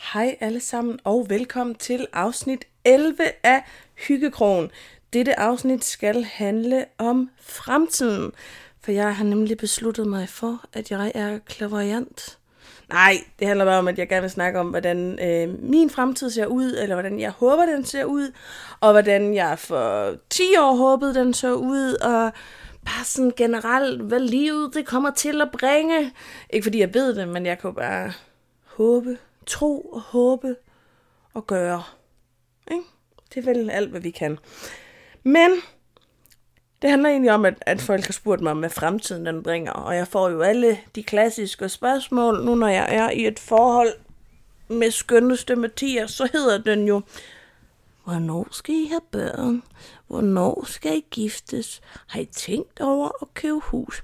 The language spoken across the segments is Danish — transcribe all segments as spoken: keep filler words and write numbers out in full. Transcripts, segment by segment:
Hej alle sammen og velkommen til afsnit elleve af Hyggekrogen. Dette afsnit skal handle om fremtiden, for jeg har nemlig besluttet mig for, at jeg er clairvoyant. Nej, det handler bare om, at jeg gerne vil snakke om, hvordan øh, min fremtid ser ud, eller hvordan jeg håber, den ser ud, og hvordan jeg for ti år håbede, den så ud, og bare sådan generelt, hvad livet det kommer til at bringe. Ikke fordi jeg ved det, men jeg kan bare håbe, tro og håbe og gøre. Ikke? Det er vel alt, hvad vi kan. Men det handler egentlig om, at, at folk har spurgt mig om, hvad fremtiden den bringer. Og jeg får jo alle de klassiske spørgsmål, nu når jeg er i et forhold med skønneste Mathias, så hedder den jo, hvornår skal I have børn? Hvornår skal I giftes? Har I tænkt over at købe hus?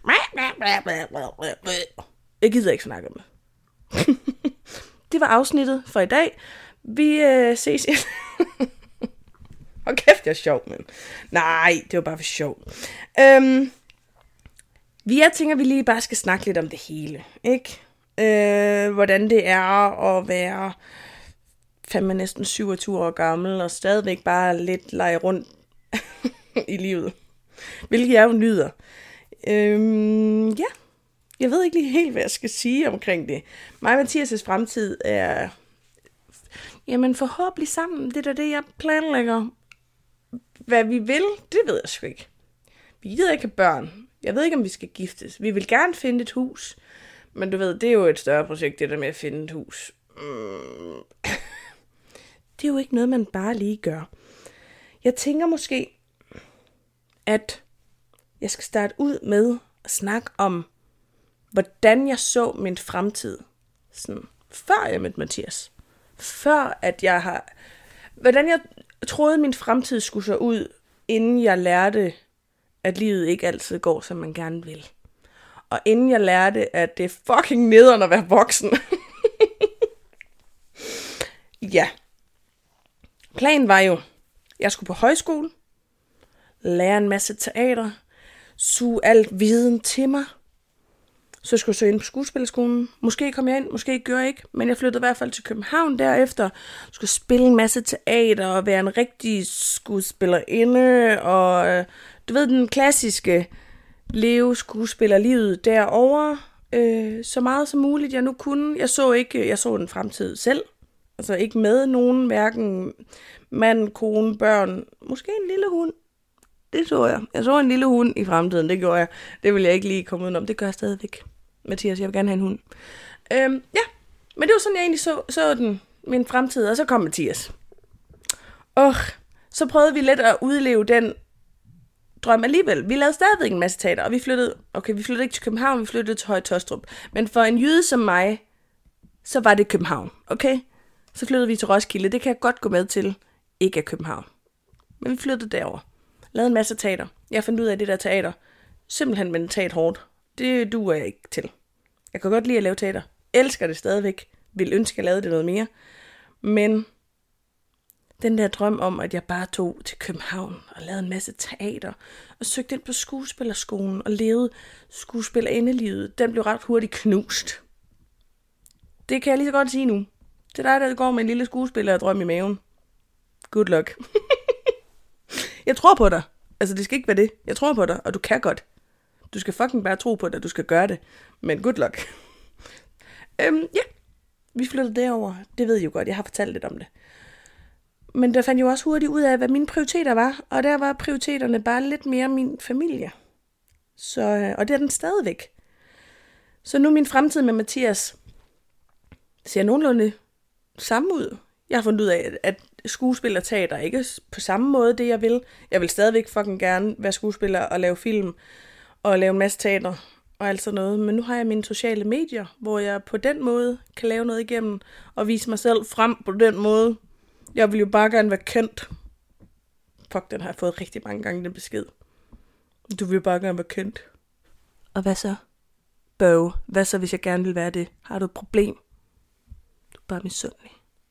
Jeg gider ikke snakke om det. Det var afsnittet for i dag. Vi øh, ses igen. Og kæft, jeg er sjov, men nej, det var bare for sjov. Øhm, vi jeg tænker, vi lige bare skal snakke lidt om det hele, ikke? Øh, hvordan det er at være fandme næsten syvogtyve år gammel, og stadigvæk bare lidt lege rundt i livet. Hvilket jeg jo nyder. Øhm, ja, jeg ved ikke lige helt, hvad jeg skal sige omkring det. Mig og Mathias' fremtid er, jamen forhåbentlig sammen. Det er det, jeg planlægger. Hvad vi vil, det ved jeg sgu ikke. Vi gider ikke have børn. Jeg ved ikke, om vi skal giftes. Vi vil gerne finde et hus. Men du ved, det er jo et større projekt, det der med at finde et hus. Mm. Det er jo ikke noget, man bare lige gør. Jeg tænker måske, at jeg skal starte ud med at snakke om, hvordan jeg så min fremtid. Sådan, før jeg mødte Mathias. Før at jeg har... Hvordan jeg troede, min fremtid skulle så ud, inden jeg lærte, at livet ikke altid går, som man gerne vil. Og inden jeg lærte, at det er fucking nederen at være voksen. Ja. Planen var jo, jeg skulle på højskole, lære en masse teater, suge alt viden til mig. Så skulle jeg søge ind på skuespillerskolen. Måske kom jeg ind, måske gjorde jeg ikke. Men jeg flyttede i hvert fald til København derefter. Skulle spille en masse teater og være en rigtig skuespillerinde. Og du ved, den klassiske leve skuespillerlivet derovre. Øh, så meget som muligt jeg nu kunne. Jeg så ikke, jeg så den fremtid selv. Altså ikke med nogen, hverken mand, kone, børn. Måske en lille hund. Det så jeg. Jeg så en lille hund i fremtiden, det gjorde jeg. Det vil jeg ikke lige komme udenom. Det gør jeg stadigvæk. Mathias, jeg vil gerne have en hund. Øhm, ja, men det var sådan, jeg egentlig så, så den, min fremtid, og så kom Mathias. Og så prøvede vi lidt at udleve den drøm alligevel. Vi lavede stadigvæk en masse teater, og vi flyttede, okay, vi flyttede ikke til København, vi flyttede til Høje Taastrup. Men for en jyde som mig, så var det København, okay? Så flyttede vi til Roskilde, det kan jeg godt gå med til, ikke af København. Men vi flyttede derover. Lavede en masse teater. Jeg fandt ud af, at det der teater simpelthen mentalt hårdt. Det duer jeg ikke til. Jeg kan godt lide at lave teater. Elsker det stadigvæk. Vil ønske, at jeg lavede det noget mere. Men den der drøm om, at jeg bare tog til København og lavede en masse teater og søgte ind på skuespillerskolen og levede skuespillerindelivet, den blev ret hurtigt knust. Det kan jeg lige så godt sige nu. Det er dig, der går med en lille skuespillerdrøm i maven. Good luck. Jeg tror på dig. Altså, det skal ikke være det. Jeg tror på dig, og du kan godt. Du skal fucking bare tro på det, du skal gøre det. Men good luck. øhm, ja, vi flyttede derover. Det ved I jo godt, jeg har fortalt lidt om det. Men der fandt jo også hurtigt ud af, hvad mine prioriteter var. Og der var prioriteterne bare lidt mere min familie. Så, og det er den stadigvæk. Så nu min fremtid med Mathias ser nogenlunde samme ud. Jeg har fundet ud af, at skuespil og teater ikke er på samme måde det, jeg vil. Jeg vil stadigvæk fucking gerne være skuespiller og lave film og lave en masse teater og alt sådan noget. Men nu har jeg mine sociale medier, hvor jeg på den måde kan lave noget igennem og vise mig selv frem på den måde. Jeg vil jo bare gerne være kendt. Fuck, den har jeg fået rigtig mange gange, den besked. Du vil jo bare gerne være kendt. Og hvad så? Bøv. Hvad så, hvis jeg gerne vil være det? Har du et problem? Du er bare misundelig.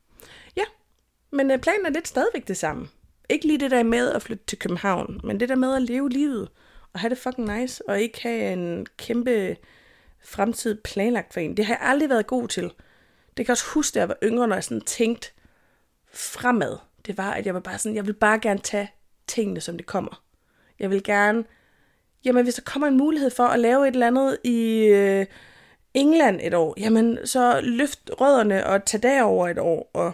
Men planen er lidt stadigvæk det samme. Ikke lige det der med at flytte til København, men det der med at leve livet og have det fucking nice, og ikke have en kæmpe fremtid planlagt for en. Det har jeg aldrig været god til. Det kan også huske, at jeg var yngre, når jeg sådan tænkte fremad. Det var, at jeg var bare sådan, jeg vil bare gerne tage tingene, som det kommer. Jeg vil gerne, jamen hvis der kommer en mulighed for at lave et eller andet i øh, England et år, jamen så løft rødderne og tag derover et år, og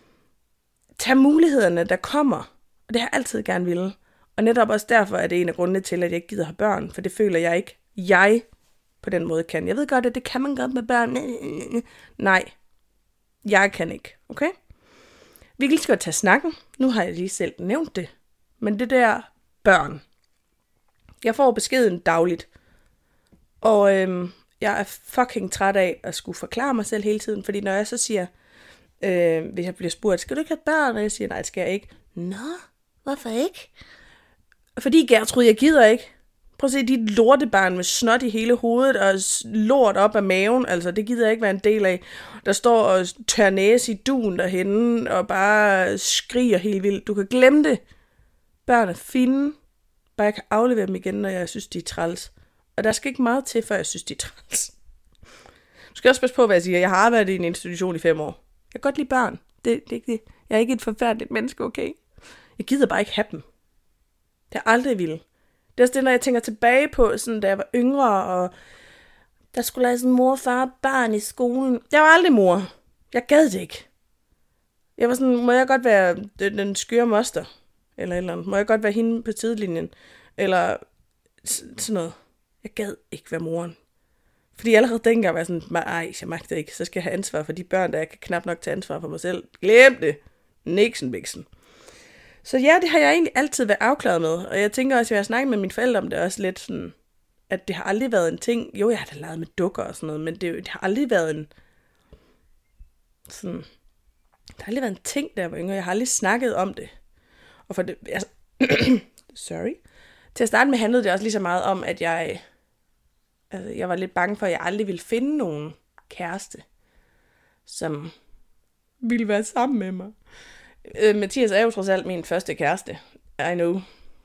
tag mulighederne, der kommer. Og det har jeg altid gerne ville. Og netop også derfor er det en af grundene til, at jeg ikke gider have børn, for det føler jeg ikke, jeg på den måde kan. Jeg ved godt, at det kan man godt med børn. Nej, jeg kan ikke, okay? Vi kan lige så godt tage snakken. Nu har jeg lige selv nævnt det. Men det der børn. Jeg får beskeden dagligt. Og øhm, jeg er fucking træt af at skulle forklare mig selv hele tiden. Fordi når jeg så siger, øh, hvis jeg bliver spurgt, skal du ikke have børn? Og jeg siger, nej, det skal jeg ikke. Nå, hvorfor ikke? Fordi Gertrud, jeg gider ikke. Prøv at se, dit lortebarn med snot i hele hovedet og lort op af maven. Altså, det gider jeg ikke være en del af. Der står og tør næse i duen derhenne og bare skriger helt vildt. Du kan glemme det. Børn er fine. Bare jeg kan aflevere dem igen, når jeg synes, de er træls. Og der skal ikke meget til, før jeg synes, de er træls. Du skal også passe på, hvad jeg siger. Jeg har arbejdet i en institution i fem år. Jeg kan godt lide børn. Det, det er ikke det. Jeg er ikke et forfærdeligt menneske, okay? Jeg gider bare ikke have dem. Det er aldrig vildt. Det er også det, når jeg tænker tilbage på, sådan, da jeg var yngre, og der skulle lade sådan mor, far og barn i skolen. Jeg var aldrig mor. Jeg gad det ikke. Jeg var sådan, må jeg godt være den, den skøre moster? Eller et eller andet. Må jeg godt være hende på sidelinjen? Eller sådan noget. Jeg gad ikke være moren. Fordi allerede dengang var jeg sådan, ej, jeg magter ikke. Så skal jeg have ansvar for de børn, der jeg kan knap nok tage ansvar for mig selv. Glem det. Nixon, Bixen. Så ja, det har jeg egentlig altid været afklaret med. Og jeg tænker også, at jeg har snakket med mine forældre om det også lidt sådan, at det har aldrig været en ting. Jo, jeg har da lavet med dukker og sådan noget, men det, det har aldrig været en sådan, det har aldrig været en ting, der var yngre. Jeg har aldrig snakket om det. Og for det, altså, sorry. Til at starte med handlede det også lige så meget om, at jeg, altså, jeg var lidt bange for, at jeg aldrig ville finde nogen kæreste, som ville være sammen med mig. Øh, Mathias er jo trods alt min første kæreste. I know.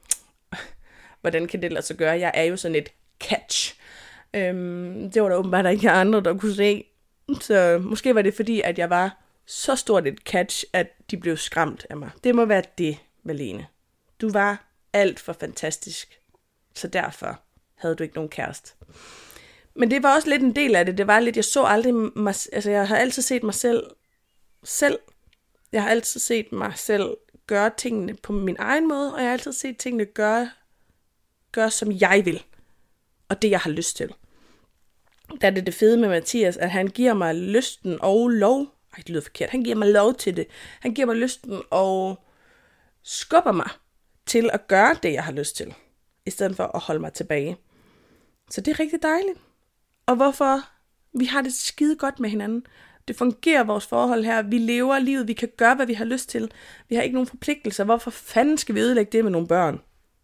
Hvordan kan det lade sig gøre? Jeg er jo sådan et catch. Øhm, det var der åbenbart ikke andre, der kunne se. Så måske var det fordi, at jeg var så stort et catch, at de blev skræmt af mig. Det må være det, Malene. Du var alt for fantastisk. Så derfor havde du ikke nogen kæreste. Men det var også lidt en del af det. Det var lidt, jeg så aldrig mig, altså jeg har altid set mig selv selv. Jeg har altid set mig selv gøre tingene på min egen måde, og jeg har altid set tingene gøre, gøre som jeg vil. Og det, jeg har lyst til. Der er det det fede med Mathias, at han giver mig lysten og lov. Ej, det lyder forkert. Han giver mig lov til det. Han giver mig lysten og skubber mig til at gøre det, jeg har lyst til. I stedet for at holde mig tilbage. Så det er rigtig dejligt. Og hvorfor? Vi har det skide godt med hinanden. Det fungerer vores forhold her. Vi lever livet. Vi kan gøre, hvad vi har lyst til. Vi har ikke nogen forpligtelser. Hvorfor fanden skal vi ødelægge det med nogle børn?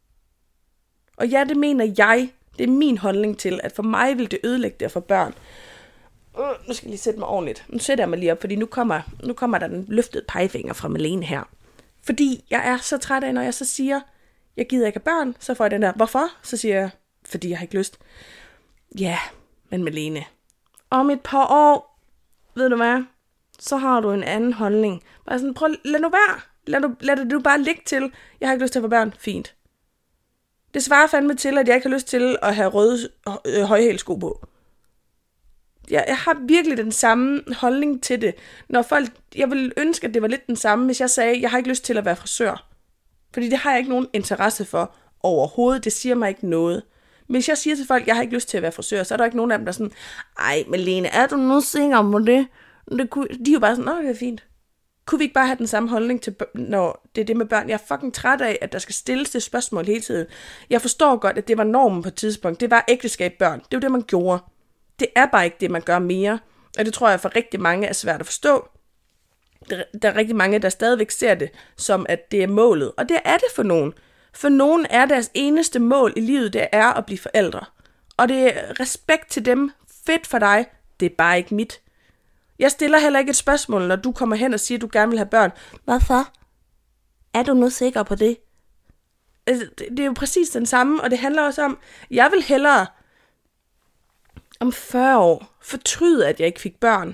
Og ja, det mener jeg. Det er min holdning til, at for mig vil det ødelægge det for børn. Uh, nu skal jeg lige sætte mig ordentligt. Nu sætter jeg mig lige op, fordi nu kommer, nu kommer der den løftede pegefinger fra Malene her. Fordi jeg er så træt af, når jeg så siger, jeg gider ikke have børn, så får jeg den der, hvorfor? Så siger jeg, fordi jeg har ikke lyst. Ja, men Malene, om et par år, ved du hvad, så har du en anden holdning. Bare sådan, prøv, lad nu være. Lad, du, lad det nu bare ligge til. Jeg har ikke lyst til at få børn. Fint. Det svarer fandme til, at jeg ikke har lyst til at have røde øh, højhælsko på. Jeg, jeg har virkelig den samme holdning til det. Når folk, jeg ville ønske, at det var lidt den samme, hvis jeg sagde, jeg har ikke lyst til at være frisør. Fordi det har jeg ikke nogen interesse for overhovedet. Det siger mig ikke noget. Men hvis jeg siger til folk, jeg har ikke lyst til at være frisør, så er der ikke nogen af dem, der er sådan, ej, Malene, er du nu sikker på det? det kunne, de er jo bare sådan, nå, det er fint. Kunne vi ikke bare have den samme holdning til, når det er det med børn? Jeg er fucking træt af, at der skal stilles det spørgsmål hele tiden. Jeg forstår godt, at det var normen på et tidspunkt. Det var ægteskab børn. Det var det, man gjorde. Det er bare ikke det, man gør mere. Og det tror jeg for rigtig mange er svært at forstå. Der er rigtig mange, der stadigvæk ser det som, at det er målet. Og det er det for nogen. For nogen er deres eneste mål i livet, det er at blive forældre. Og det er respekt til dem. Fedt for dig. Det er bare ikke mit. Jeg stiller heller ikke et spørgsmål, når du kommer hen og siger, at du gerne vil have børn. Hvorfor? Er du nu sikker på det? Altså, det er jo præcis den samme, og det handler også om, jeg vil hellere om fyrre år fortryde, at jeg ikke fik børn,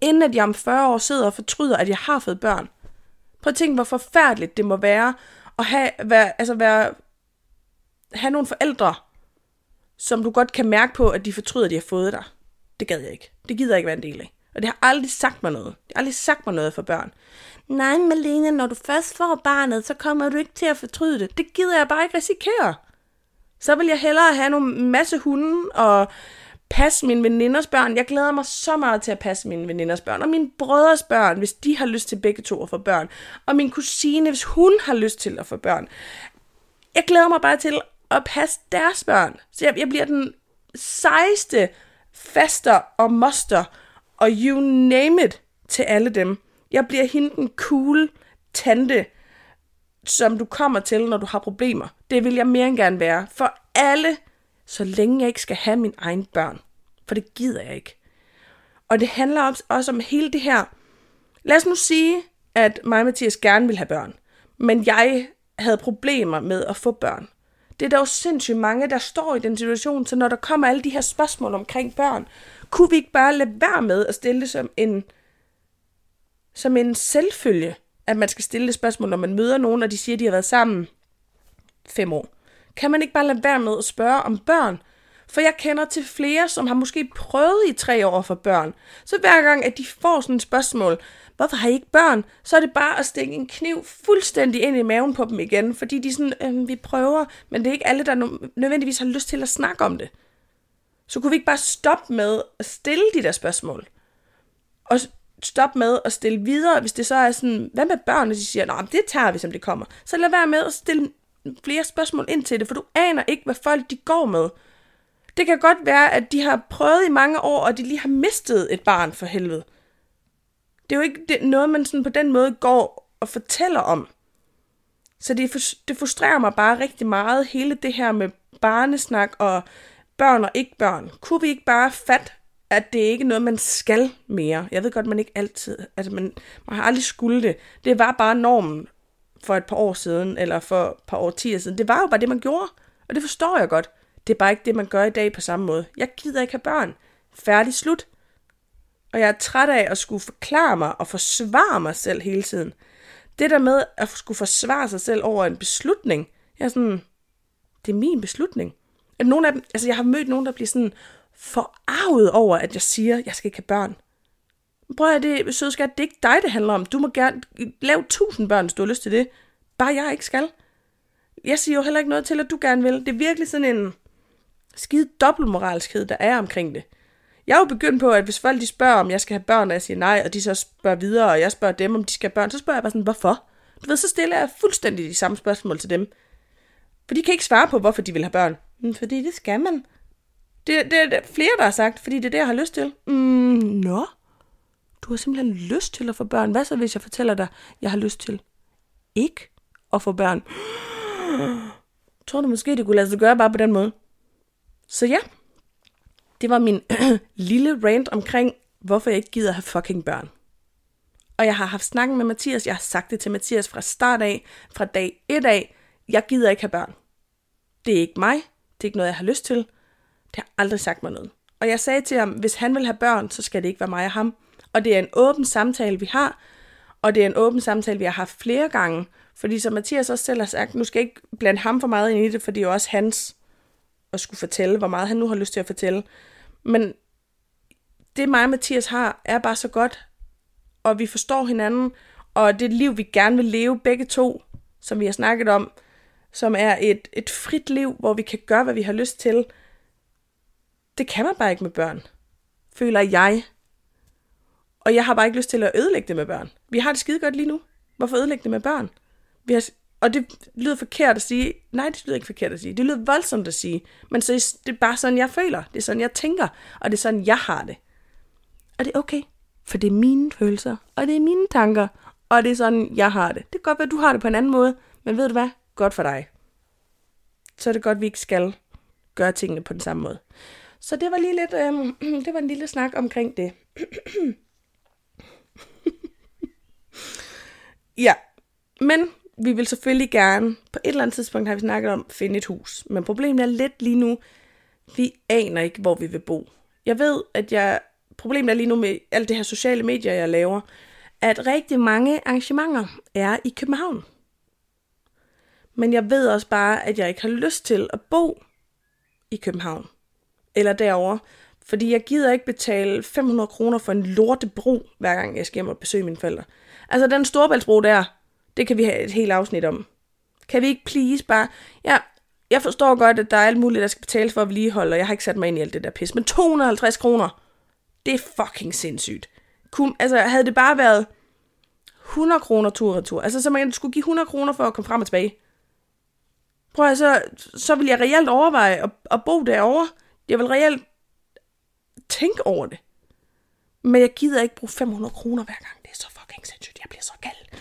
inden at jeg om fyrre år sidder og fortryder, at jeg har fået børn. Prøv at tænke, hvor forfærdeligt det må være at have, være, altså være, have nogle forældre, som du godt kan mærke på, at de fortryder, at de har fået dig. Det gad jeg ikke. Det gider jeg ikke være en del af. Og det har aldrig sagt mig noget. Det har aldrig sagt mig noget for børn. Nej, Malene, når du først får barnet, så kommer du ikke til at fortryde det. Det gider jeg bare ikke risikere. Så vil jeg hellere have nogle masse hunde og passe mine veninders børn. Jeg glæder mig så meget til at passe mine veninders børn. Og mine brødres børn, hvis de har lyst til begge to at få børn. Og min kusine, hvis hun har lyst til at få børn. Jeg glæder mig bare til at passe deres børn. Så jeg, jeg bliver den sejeste faster og moster og you name it til alle dem. Jeg bliver hende den cool tante, som du kommer til, når du har problemer. Det vil jeg mere end gerne være. For alle, så længe jeg ikke skal have mine egne børn. For det gider jeg ikke. Og det handler også om hele det her. Lad os nu sige, at mig og Mathias gerne vil have børn. Men jeg havde problemer med at få børn. Det er der jo sindssygt mange, der står i den situation, så når der kommer alle de her spørgsmål omkring børn, kunne vi ikke bare lade være med at stille det som en, som en selvfølge, at man skal stille det spørgsmål, når man møder nogen, og de siger, at de har været sammen fem år. Kan man ikke bare lade være med at spørge om børn? For jeg kender til flere, som har måske prøvet i tre år for børn. Så hver gang, at de får sådan et spørgsmål, hvorfor har I ikke børn? Så er det bare at stikke en kniv fuldstændig ind i maven på dem igen. Fordi de er sådan, øh, vi prøver, men det er ikke alle, der nødvendigvis har lyst til at snakke om det. Så kunne vi ikke bare stoppe med at stille de der spørgsmål? Og stoppe med at stille videre, hvis det så er sådan, hvad med børn? Og de siger, nej, det tager vi, som det kommer. Så lad være med at stille flere spørgsmål ind til det, for du aner ikke, hvad folk de går med. Det kan godt være, at de har prøvet i mange år, og de lige har mistet et barn for helvede. Det er jo ikke det, noget, man sådan på den måde går og fortæller om. Så det, det frustrerer mig bare rigtig meget, hele det her med barnesnak og børn og ikke børn. Kunne vi ikke bare fatte, at det ikke er noget, man skal mere? Jeg ved godt, man ikke altid, altså man, man har aldrig skulle det. Det var bare normen for et par år siden, eller for et par årtier siden. Det var jo bare det, man gjorde, og det forstår jeg godt. Det er bare ikke det, man gør i dag på samme måde. Jeg gider ikke have børn. Færdig, slut. Og jeg er træt af at skulle forklare mig og forsvare mig selv hele tiden. Det der med at skulle forsvare sig selv over en beslutning, jeg er sådan, det er min beslutning. At nogen af dem, altså jeg har mødt nogen, der bliver sådan forarvet over, at jeg siger, at jeg skal ikke have børn. Prøv at det, sødskat, det er ikke dig, det handler om. Du må gerne lave tusind børn, hvis du har lyst til det. Bare jeg ikke skal. Jeg siger jo heller ikke noget til, at du gerne vil. Det er virkelig sådan en skide dobbeltmoralskhed, der er omkring det. Jeg er jo begyndt på, at hvis folk de spørger, om jeg skal have børn, og jeg siger nej, og de så spørger videre, og jeg spørger dem, om de skal have børn, så spørger jeg bare sådan, hvorfor? Du ved, så stiller jeg fuldstændig de samme spørgsmål til dem. For de kan ikke svare på, hvorfor de vil have børn. Men fordi det skal man. Det, det er flere, der har sagt, fordi det er det, jeg har lyst til. Mm, nå, du har simpelthen lyst til at få børn. Hvad så, hvis jeg fortæller dig, jeg har lyst til ikke at få børn? Tror du måske, det kunne lade sig gøre bare på den måde? Så ja, det var min lille rant omkring, hvorfor jeg ikke gider have fucking børn. Og jeg har haft snakken med Mathias, jeg har sagt det til Mathias fra start af, fra dag et af, jeg gider ikke have børn. Det er ikke mig, det er ikke noget, jeg har lyst til. Det har aldrig sagt mig noget. Og jeg sagde til ham, hvis han vil have børn, så skal det ikke være mig og ham. Og det er en åben samtale, vi har, og det er en åben samtale, vi har haft flere gange. Fordi som Mathias også selv har sagt, nu skal jeg ikke blande ham for meget ind i det, for det er jo også hans at skulle fortælle, hvor meget han nu har lyst til at fortælle. Men det mig og Mathias har, er bare så godt, og vi forstår hinanden, og det liv, vi gerne vil leve begge to, som vi har snakket om, som er et, et frit liv, hvor vi kan gøre, hvad vi har lyst til, det kan man bare ikke med børn, føler jeg. Og jeg har bare ikke lyst til at ødelægge det med børn. Vi har det skide godt lige nu. Hvorfor ødelægge det med børn? Vi har, og det lyder forkert at sige. Nej, det lyder ikke forkert at sige. Det lyder voldsomt at sige. Men så det er bare sådan, jeg føler. Det er sådan, jeg tænker. Og det er sådan, jeg har det. Og det er okay. For det er mine følelser. Og det er mine tanker. Og det er sådan, jeg har det. Det kan godt være, at du har det på en anden måde. Men ved du hvad? Godt for dig. Så er det godt, at vi ikke skal gøre tingene på den samme måde. Så det var lige lidt, øh, det var en lille snak omkring det. Ja, men vi vil selvfølgelig gerne, på et eller andet tidspunkt har vi snakket om, finde et hus. Men problemet er lidt lige nu, vi aner ikke, hvor vi vil bo. Jeg ved, at jeg problemet er lige nu med alt det her sociale medier, jeg laver, at rigtig mange arrangementer er i København. Men jeg ved også bare, at jeg ikke har lyst til at bo i København. Eller derovre. Fordi jeg gider ikke betale fem hundrede kroner for en lortebro, hver gang jeg skal hjem og besøge mine forældre. Altså den Storebæltsbro der, det kan vi have et helt afsnit om. Kan vi ikke please bare... Ja, jeg forstår godt, at der er alt muligt, der skal betales for at vedligeholde, og jeg har ikke sat mig ind i alt det der pis. Men to hundrede og halvtreds kroner, det er fucking sindssygt. Kun, altså havde det bare været hundrede kroner tur og tur. Altså så man skulle give hundrede kroner for at komme frem og tilbage. Prøv at så, så vil jeg reelt overveje at, at bo derovre. Jeg vil reelt tænke over det. Men jeg gider ikke bruge fem hundrede kroner hver gang. Det er så fucking sindssygt. Jeg bliver så gal.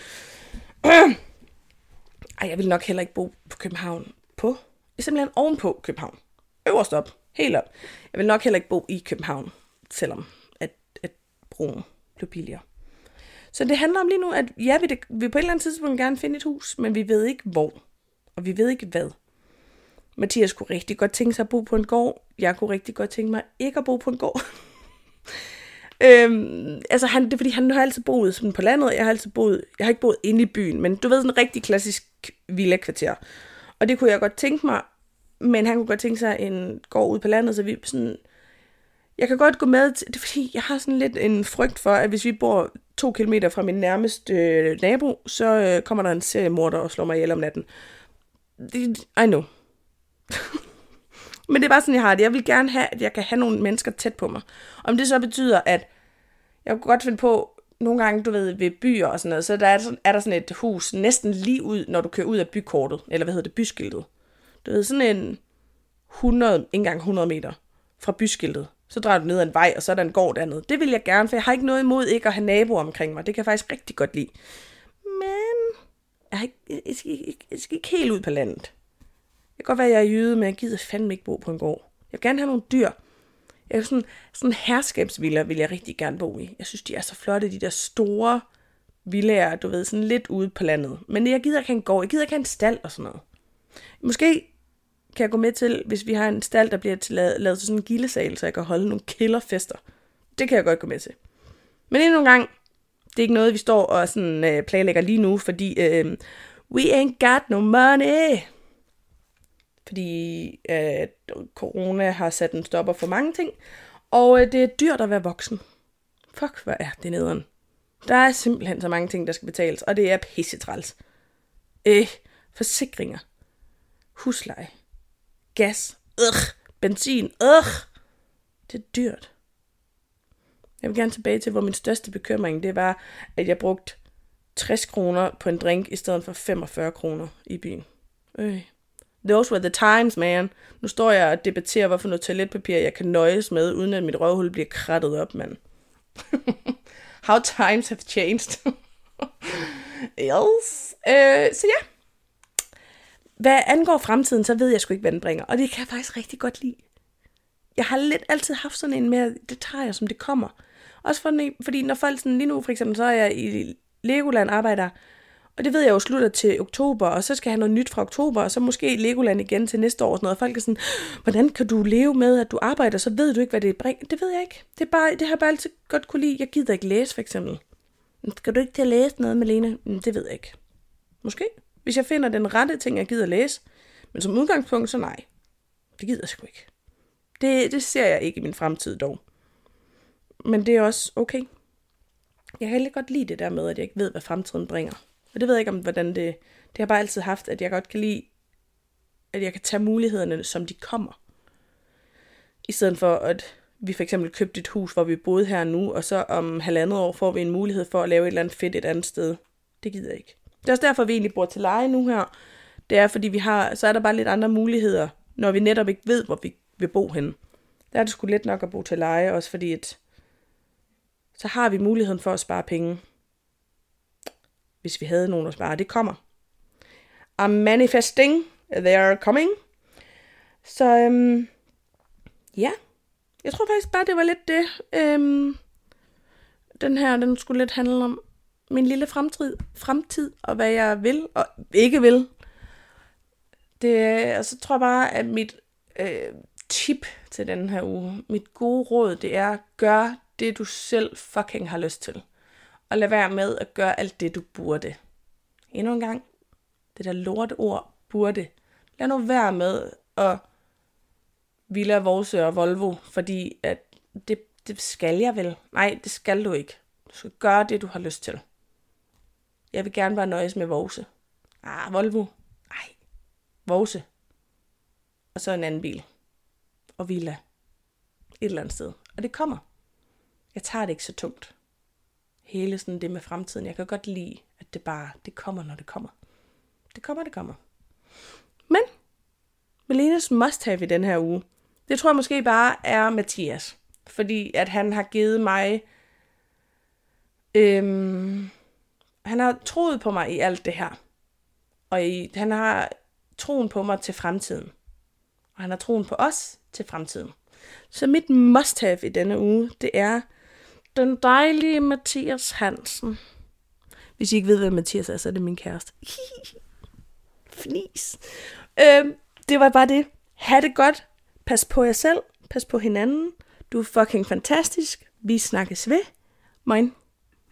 Ej, jeg vil nok heller ikke bo på København. På? Simpelthen ovenpå København. Øverst op. Helt op. Jeg vil nok heller ikke bo i København. Selvom at, at broen blev billigere. Så det handler om lige nu, at ja, vi, det, vi på et eller andet tidspunkt gerne finde et hus, men vi ved ikke hvor. Og vi ved ikke hvad. Mathias kunne rigtig godt tænke sig at bo på en gård. Jeg kunne rigtig godt tænke mig ikke at bo på en gård. øhm, altså han, det er fordi, han har altid boet sådan på landet. Jeg har altid boet, jeg har ikke boet inde i byen, men du ved, sådan en rigtig klassisk villa-kvarter. Og det kunne jeg godt tænke mig, men han kunne godt tænke sig en gård ude på landet, så vi sådan... Jeg kan godt gå med til, det er fordi, jeg har sådan lidt en frygt for, at hvis vi bor to kilometer fra min nærmeste øh, nabo, så øh, kommer der en seriemorder og slår mig ihjel om natten. I know. Men det er bare sådan, jeg har det. Jeg vil gerne have, at jeg kan have nogle mennesker tæt på mig. Om det så betyder, at jeg kunne godt finde på, nogle gange, du ved, ved byer og sådan noget, så der er, sådan, er der sådan et hus næsten lige ud, når du kører ud af bykortet, eller hvad hedder det, byskiltet. Du ved, sådan en hundrede, ikke engang hundrede meter fra byskiltet. Så drejer du ned ad en vej, og så er der en gård dernede. Det vil jeg gerne, for jeg har ikke noget imod ikke at have naboer omkring mig. Det kan jeg faktisk rigtig godt lide. Men jeg, har ikke, jeg, skal, ikke, jeg skal ikke helt ud på landet. Det kan godt være, at jeg er jyde, men jeg gider fandme ikke bo på en gård. Jeg vil gerne have nogle dyr. Jeg er sådan, sådan en herskabsvilla vil jeg rigtig gerne bo i. Jeg synes, de er så flotte, de der store villaer, du ved, sådan lidt ude på landet. Men jeg gider ikke have en gård, jeg gider ikke have en stald og sådan noget. Måske kan jeg gå med til, hvis vi har en stald, der bliver til lavet, lavet til sådan en gildesal, så jeg kan holde nogle killerfester. Det kan jeg godt gå med til. Men endnu en gang, det er ikke noget, vi står og sådan, øh, planlægger lige nu, fordi øh, we ain't got no money. Fordi øh, corona har sat en stopper for mange ting, og øh, det er dyrt at være voksen. Fuck, hvad er det nederen. Der er simpelthen så mange ting, der skal betales, og det er pissetræls. Øh, forsikringer, husleje, gas, øh, benzin, øh. Det er dyrt. Jeg vil gerne tilbage til, hvor min største bekymring, det var, at jeg brugte tres kroner på en drink, i stedet for femogfyrre kroner i byen. Øh. Those were the times, man. Nu står jeg og debatterer, hvorfor noget toiletpapir, jeg kan nøjes med, uden at mit røvhul bliver krattet op, mand. How times have changed. Yes. Øh, så ja. Hvad angår fremtiden, så ved jeg sgu ikke, hvad den bringer. Og det kan jeg faktisk rigtig godt lide. Jeg har lidt altid haft sådan en mere detaljer, som det kommer. Også for, fordi når folk sådan, lige nu for eksempel, så er jeg i Legoland arbejder, og det ved jeg jo slutter til oktober, og så skal jeg have noget nyt fra oktober, og så måske Legoland igen til næste år og sådan noget. Og folk er sådan, hvordan kan du leve med, at du arbejder, så ved du ikke, hvad det bringer? Det ved jeg ikke. Det, er bare, det har jeg bare altid godt kunne lide. Jeg gider ikke læse, for eksempel. Skal du ikke til at læse noget, Malene? Det ved jeg ikke. Måske. Hvis jeg finder den rette ting, jeg gider læse. Men som udgangspunkt, så nej. Det gider jeg sgu ikke. Det, det ser jeg ikke i min fremtid dog. Men det er også okay. Jeg kan heller godt lide det der med, at jeg ikke ved, hvad fremtiden bringer. Og det ved jeg ikke om, hvordan det... Det har jeg bare altid haft, at jeg godt kan lide, at jeg kan tage mulighederne, som de kommer. I stedet for, at vi for eksempel købte et hus, hvor vi boede her nu, og så om halvandet år får vi en mulighed for at lave et eller andet fedt et andet sted. Det gider jeg ikke. Det er også derfor, vi egentlig bor til leje nu her. Det er, fordi vi har... Så er der bare lidt andre muligheder, når vi netop ikke ved, hvor vi vil bo henne. Der er det sgu let nok at bo til leje, også fordi at... Så har vi muligheden for at spare penge. Hvis vi havde nogen at spare. Det kommer. I'm manifesting. They are coming. Så øhm, ja. Jeg tror faktisk bare, det var lidt det. Øhm, den her, den skulle lidt handle om min lille fremtid. Fremtid, og hvad jeg vil og ikke vil. Det, og så tror jeg bare, at mit øh, tip til den her uge, mit gode råd, det er, gør det, du selv fucking har lyst til. Og lad være med at gøre alt det, du burde. Endnu en gang. Det der lorte ord, burde. Lad nu være med at Villa, Vorse og Volvo, fordi at det, det skal jeg vel. Nej, det skal du ikke. Du skal gøre det, du har lyst til. Jeg vil gerne bare nøjes med Vorse. Ah, Volvo. Nej, Vorse. Og så en anden bil. Og Villa. Et eller andet sted. Og det kommer. Jeg tager det ikke så tungt. Hele sådan det med fremtiden. Jeg kan godt lide, at det bare, det kommer, når det kommer. Det kommer, det kommer. Men Malenes must-have i den her uge, det tror jeg måske bare er Mathias. Fordi at han har givet mig, øhm, han har troet på mig i alt det her. Og i, han har troen på mig til fremtiden. Og han har troen på os til fremtiden. Så mit must-have i denne uge, det er den dejlige Mathias Hansen. Hvis I ikke ved, hvad Mathias er, så er det min kæreste. Fnis. Øhm, det var bare det. Ha' det godt. Pas på jer selv. Pas på hinanden. Du er fucking fantastisk. Vi snakkes ved. Moin.